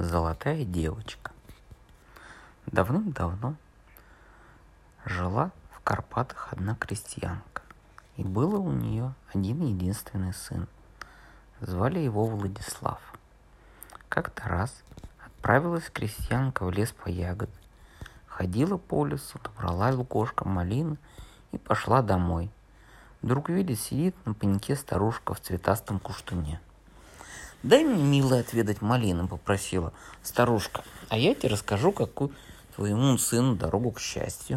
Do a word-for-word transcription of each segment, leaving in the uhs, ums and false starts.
Золотая девочка. Давным-давно жила в Карпатах одна крестьянка, и было у нее один единственный сын. Звали его Владислав. Как-то раз отправилась крестьянка в лес по ягоды, ходила по лесу, набрала лукошко малины и пошла домой. Вдруг видит, сидит на пеньке старушка в цветастом куштуне. «Дай мне, милая, отведать малины», — попросила старушка, «а я тебе расскажу, какую твоему сыну дорогу к счастью».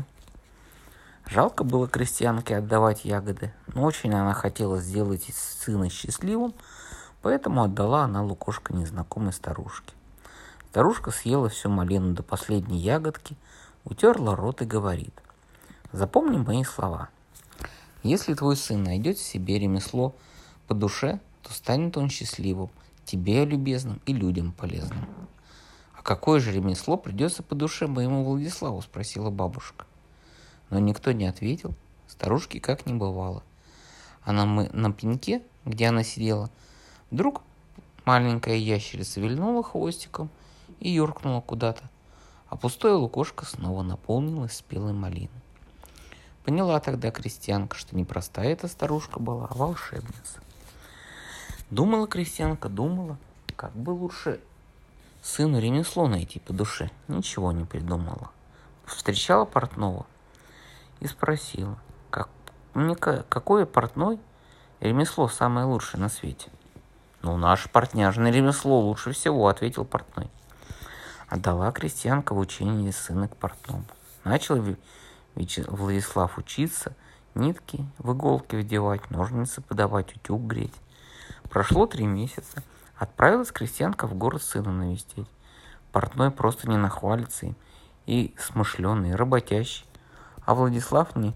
Жалко было крестьянке отдавать ягоды, но очень она хотела сделать сына счастливым, поэтому отдала она лукошко незнакомой старушке. Старушка съела всю малину до последней ягодки, утерла рот и говорит: «Запомни мои слова. Если твой сын найдет в себе ремесло по душе, то станет он счастливым, тебе любезным и людям полезным». «А какое же ремесло придется по душе моему Владиславу?» — спросила бабушка. Но никто не ответил, старушки как не бывало. А на, мы, на пеньке, где она сидела, вдруг маленькая ящерица вильнула хвостиком и юркнула куда-то, а пустое лукошко снова наполнилось спелой малиной. Поняла тогда крестьянка, что не простая эта старушка была, а волшебница. Думала крестьянка, думала, как бы лучше сыну ремесло найти по душе. Ничего не придумала. Встречала портного и спросила: как, мне, какое портной ремесло самое лучшее на свете? «Ну, наше портняжное ремесло лучше всего», — ответил портной. Отдала крестьянка в учение сына к портному. Начал Владислав учиться, нитки в иголки вдевать, ножницы подавать, утюг греть. Прошло три месяца. Отправилась крестьянка в город сына навестить. Портной просто не нахвалится им. И смышленый, и работящий. А Владислав не,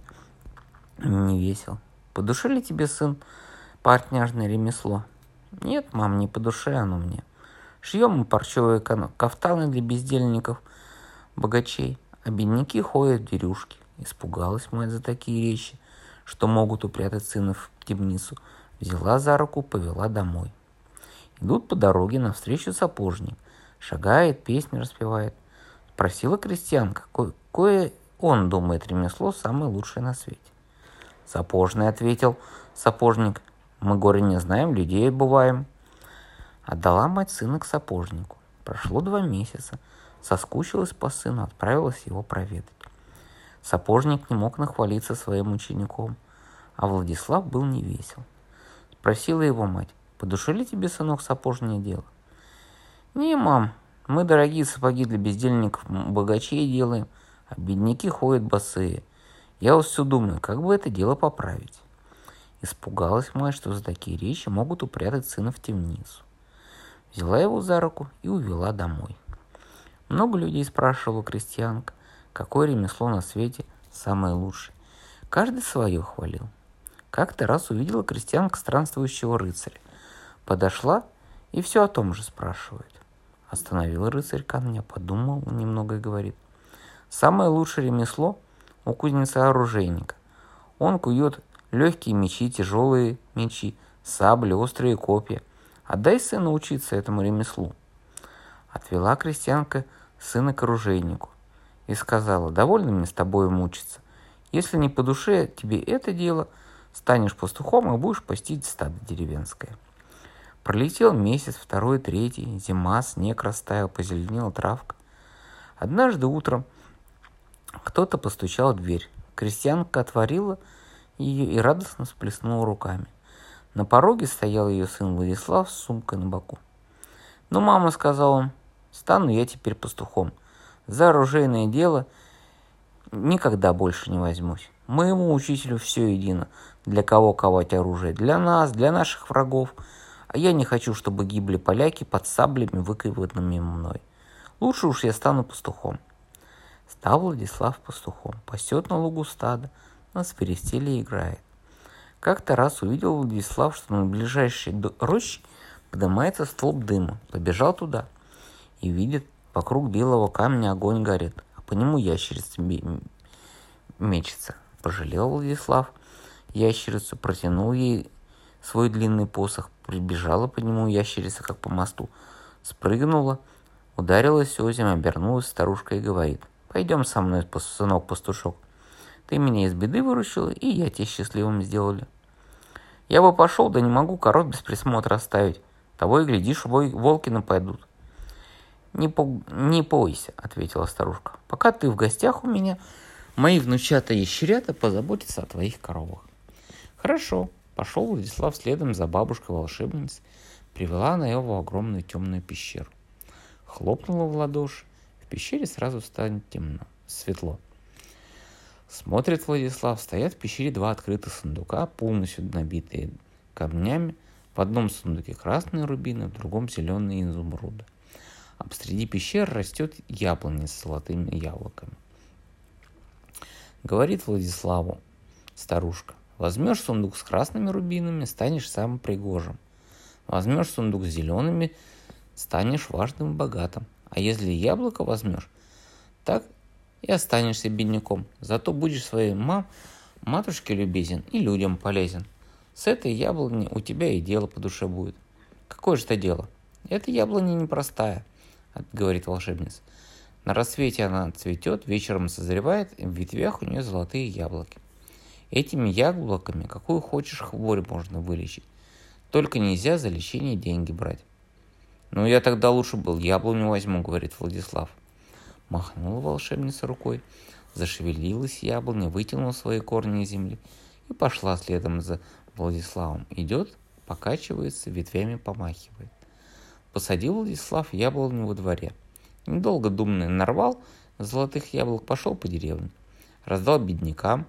не весел. «По душе ли тебе, сын, портняжное ремесло?» «Нет, мам, не по душе оно мне. Шьем мы парчевые кафтаны для бездельников, богачей, а бедняки ходят в дерюшки». Испугалась мать за такие речи, что могут упрятать сына в темницу. Взяла за руку, повела домой. Идут по дороге, навстречу сапожник. Шагает, песни распевает. Спросила крестьянка, какое он думает ремесло самое лучшее на свете. «Сапожный», — ответил сапожник. «Мы горе не знаем, людей бываем». Отдала мать сына к сапожнику. Прошло два месяца. Соскучилась по сыну, отправилась его проведать. Сапожник не мог нахвалиться своим учеником, а Владислав был невесел. Спросила его мать: «По душе ли тебе, сынок, сапожное дело?» «Не, мам, мы дорогие сапоги для бездельников богачей делаем, а бедняки ходят босые. Я вот все думаю, как бы это дело поправить». Испугалась мать, что за такие речи могут упрятать сына в темницу. Взяла его за руку и увела домой. Много людей спрашивала крестьянка, какое ремесло на свете самое лучшее. Каждый свое хвалил. Как-то раз увидела крестьянка странствующего рыцаря. Подошла и все о том же спрашивает. Остановила рыцарь камня, подумал немного и говорит: «Самое лучшее ремесло у кузнеца-оружейника. Он кует легкие мечи, тяжелые мечи, сабли, острые копья. Отдай сына учиться этому ремеслу». Отвела крестьянка сына к оружейнику и сказала: «Довольно мне с тобой мучиться. Если не по душе тебе это дело, станешь пастухом и будешь пастить стадо деревенское». Пролетел месяц, второй, третий, зима, снег растаял, позеленела травка. Однажды утром кто-то постучал в дверь. Крестьянка отворила ее и радостно всплеснула руками. На пороге стоял ее сын Владислав с сумкой на боку. «Ну, мама, — сказал он, — стану я теперь пастухом. За оружейное дело никогда больше не возьмусь. Моему учителю все едино, для кого ковать оружие, для нас, для наших врагов. А я не хочу, чтобы гибли поляки под саблями, выкованными мной. Лучше уж я стану пастухом». Стал Владислав пастухом, пасет на лугу стадо, на свиристеле играет. Как-то раз увидел Владислав, что на ближайшей роще поднимается столб дыма. Побежал туда и видит, вокруг белого камня огонь горит, а по нему ящерица мечется. Пожалел Владислав ящерицу, протянул ей свой длинный посох. Прибежала по нему ящерица, как по мосту, спрыгнула, Ударилась озимь, обернулась старушка и говорит: «Пойдем со мной, сынок-пастушок. Ты меня из беды выручила, и я тебя счастливым сделали». «Я бы пошел, да не могу коров без присмотра оставить. Того и глядишь, волки нападут». «Не, по... не бойся», — ответила старушка. «Пока ты в гостях у меня, мои внучата ящерята позаботятся о твоих коровах». «Хорошо», — пошел Владислав следом за бабушкой-волшебницей. Привела она его в огромную темную пещеру. Хлопнула в ладоши. В пещере сразу станет темно, светло. Смотрит Владислав, стоят в пещере два открытых сундука, полностью набитые камнями. В одном сундуке красные рубины, в другом зеленые изумруды. А посреди пещеры растет яблоня с золотыми яблоками. Говорит Владиславу старушка: возьмешь сундук с красными рубинами, станешь самым пригожим. Возьмешь сундук с зелеными, станешь важным и богатым. А если яблоко возьмешь, так и останешься бедняком. Зато будешь своей мам, матушке любезен и людям полезен. С этой яблони у тебя и дело по душе будет». «Какое же это дело?» «Эта яблоня непростая», — говорит волшебница. «На рассвете она цветет, вечером созревает, и в ветвях у нее золотые яблоки. Этими яблоками какую хочешь хворь можно вылечить. Только нельзя за лечение деньги брать». «Ну, я тогда лучше был яблоню возьму», — говорит Владислав. Махнула волшебница рукой, зашевелилась яблоня, вытянула свои корни из земли и пошла следом за Владиславом. Идет, покачивается, ветвями помахивает. Посадил Владислав яблоню во дворе. Недолго думая, нарвал золотых яблок, пошел по деревне. Раздал беднякам,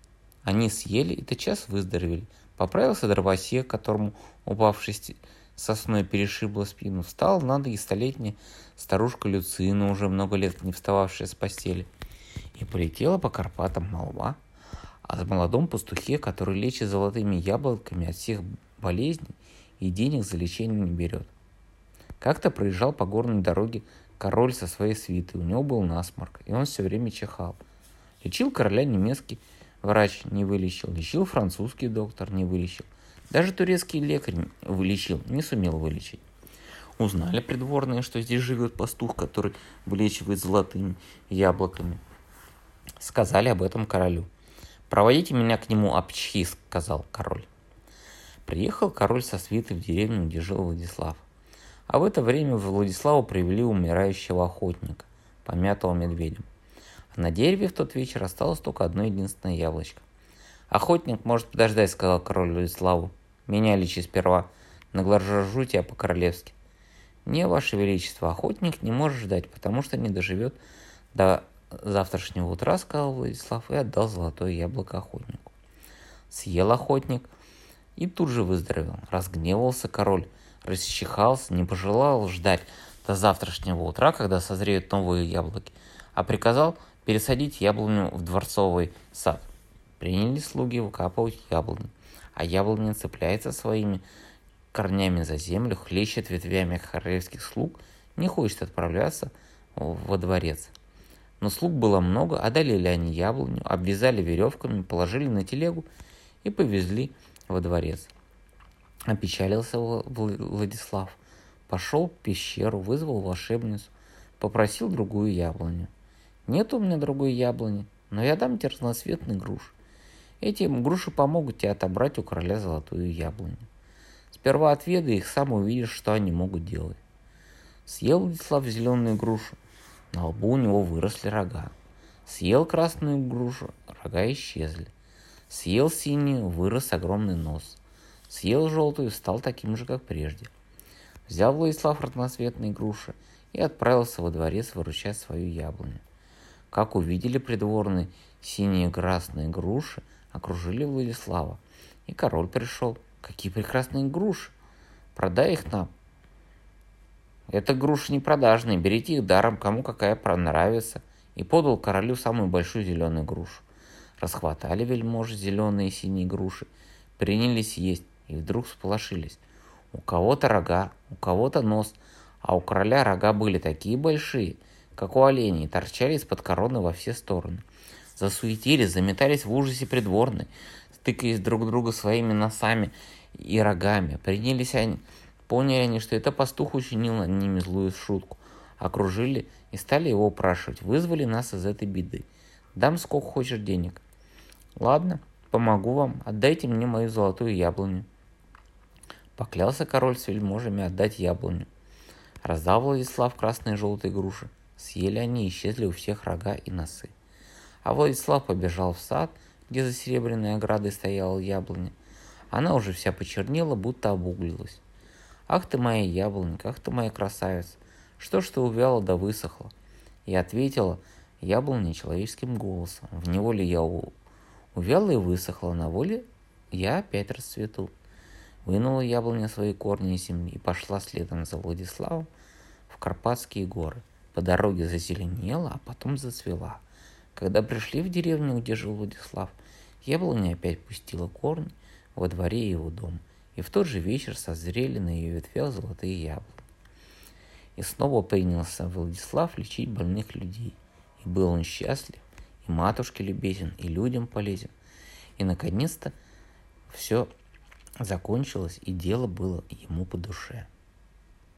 они съели и тотчас выздоровели. Поправился дровосек, которому упавший сосной перешибла спину. Встала на ноги столетняя старушка Люцина, уже много лет не встававшая с постели. И полетела по Карпатам молва о молодом пастухе, который лечит золотыми яблоками от всех болезней и денег за лечение не берет. Как-то проезжал по горной дороге король со своей свитой. У него был насморк, и он все время чихал. Лечил короля немецкий врач, не вылечил. Лечил французский доктор, не вылечил. Даже турецкий лекарь вылечил, не сумел вылечить. Узнали придворные, что здесь живет пастух, который вылечивает золотыми яблоками. Сказали об этом королю. «Проводите меня к нему, обчхи», — сказал король. Приехал король со свитой в деревню, где жил Владислав. А в это время Владиславу привели умирающего охотника, помятого медведем. А на дереве в тот вечер осталось только одно единственное яблочко. «Охотник может подождать», — сказал король Владиславу. «Меня лечи сперва, наглажу тебя по-королевски». «Не, ваше величество, охотник не может ждать, потому что не доживет до завтрашнего утра», — сказал Владислав и отдал золотое яблоко охотнику. Съел охотник и тут же выздоровел. Разгневался король, расчихался, не пожелал ждать до завтрашнего утра, когда созреют новые яблоки, а приказал пересадить яблоню в дворцовый сад. Приняли слуги выкапывать яблони, а яблоня цепляется своими корнями за землю, хлещет ветвями королевских слуг, не хочет отправляться во дворец. Но слуг было много, одолели они яблоню, обвязали веревками, положили на телегу и повезли во дворец. Опечалился Владислав, пошел в пещеру, вызвал волшебницу, попросил другую яблоню. «Нет у меня другой яблони, но я дам тебе разноцветные груши. Эти груши помогут тебе отобрать у короля золотую яблоню. Сперва отведай их, сам увидишь, что они могут делать». Съел Владислав зеленую грушу, на лбу у него выросли рога. Съел красную грушу, рога исчезли. Съел синюю, вырос огромный нос. Съел желтую, стал таким же, как прежде. Взял Владислав разноцветные груши и отправился во дворец выручать свою яблоню. Как увидели придворные синие и красные груши, окружили Владислава. И король пришел. «Какие прекрасные груши! Продай их нам». «Это груши не продажные, берите их даром, кому какая понравится». И подал королю самую большую зеленую грушу. Расхватали вельможи зеленые и синие груши, принялись есть и вдруг сполошились. У кого-то рога, у кого-то нос, а у короля рога были такие большие, как у оленей, торчали из-под короны во все стороны. Засуетились, заметались в ужасе придворные, стыкаясь друг друга своими носами и рогами. Принялись они, поняли они, что это пастух учинил над ними злую шутку. окружили и стали его упрашивать, вызвали нас из этой беды. Дам сколько хочешь денег. Ладно, помогу вам, отдайте мне мою золотую яблоню. Поклялся король с вельможами отдать яблоню. Раздал Владислав красные и желтые груши. Съели они и исчезли у всех рога и носы. А Владислав побежал в сад, где за серебряной оградой стояла яблоня. Она уже вся почернела, будто обуглилась. «Ах ты моя яблонька, ах ты моя красавица! Что ж ты увяла да высохла?» И ответила яблоня человеческим голосом. «В неволе я у... увяла и высохла, на воле я опять расцвету». Вынула яблоня свои корни из земли и пошла следом за Владиславом в Карпатские горы. По дороге зазеленела, а потом зацвела. Когда пришли в деревню, где жил Владислав, яблоня опять пустила корни во дворе его дома, и в тот же вечер созрели на ее ветвях золотые яблони. И снова принялся Владислав лечить больных людей. И был он счастлив, и матушке любезен, и людям полезен. И, наконец-то, все закончилось, и дело было ему по душе.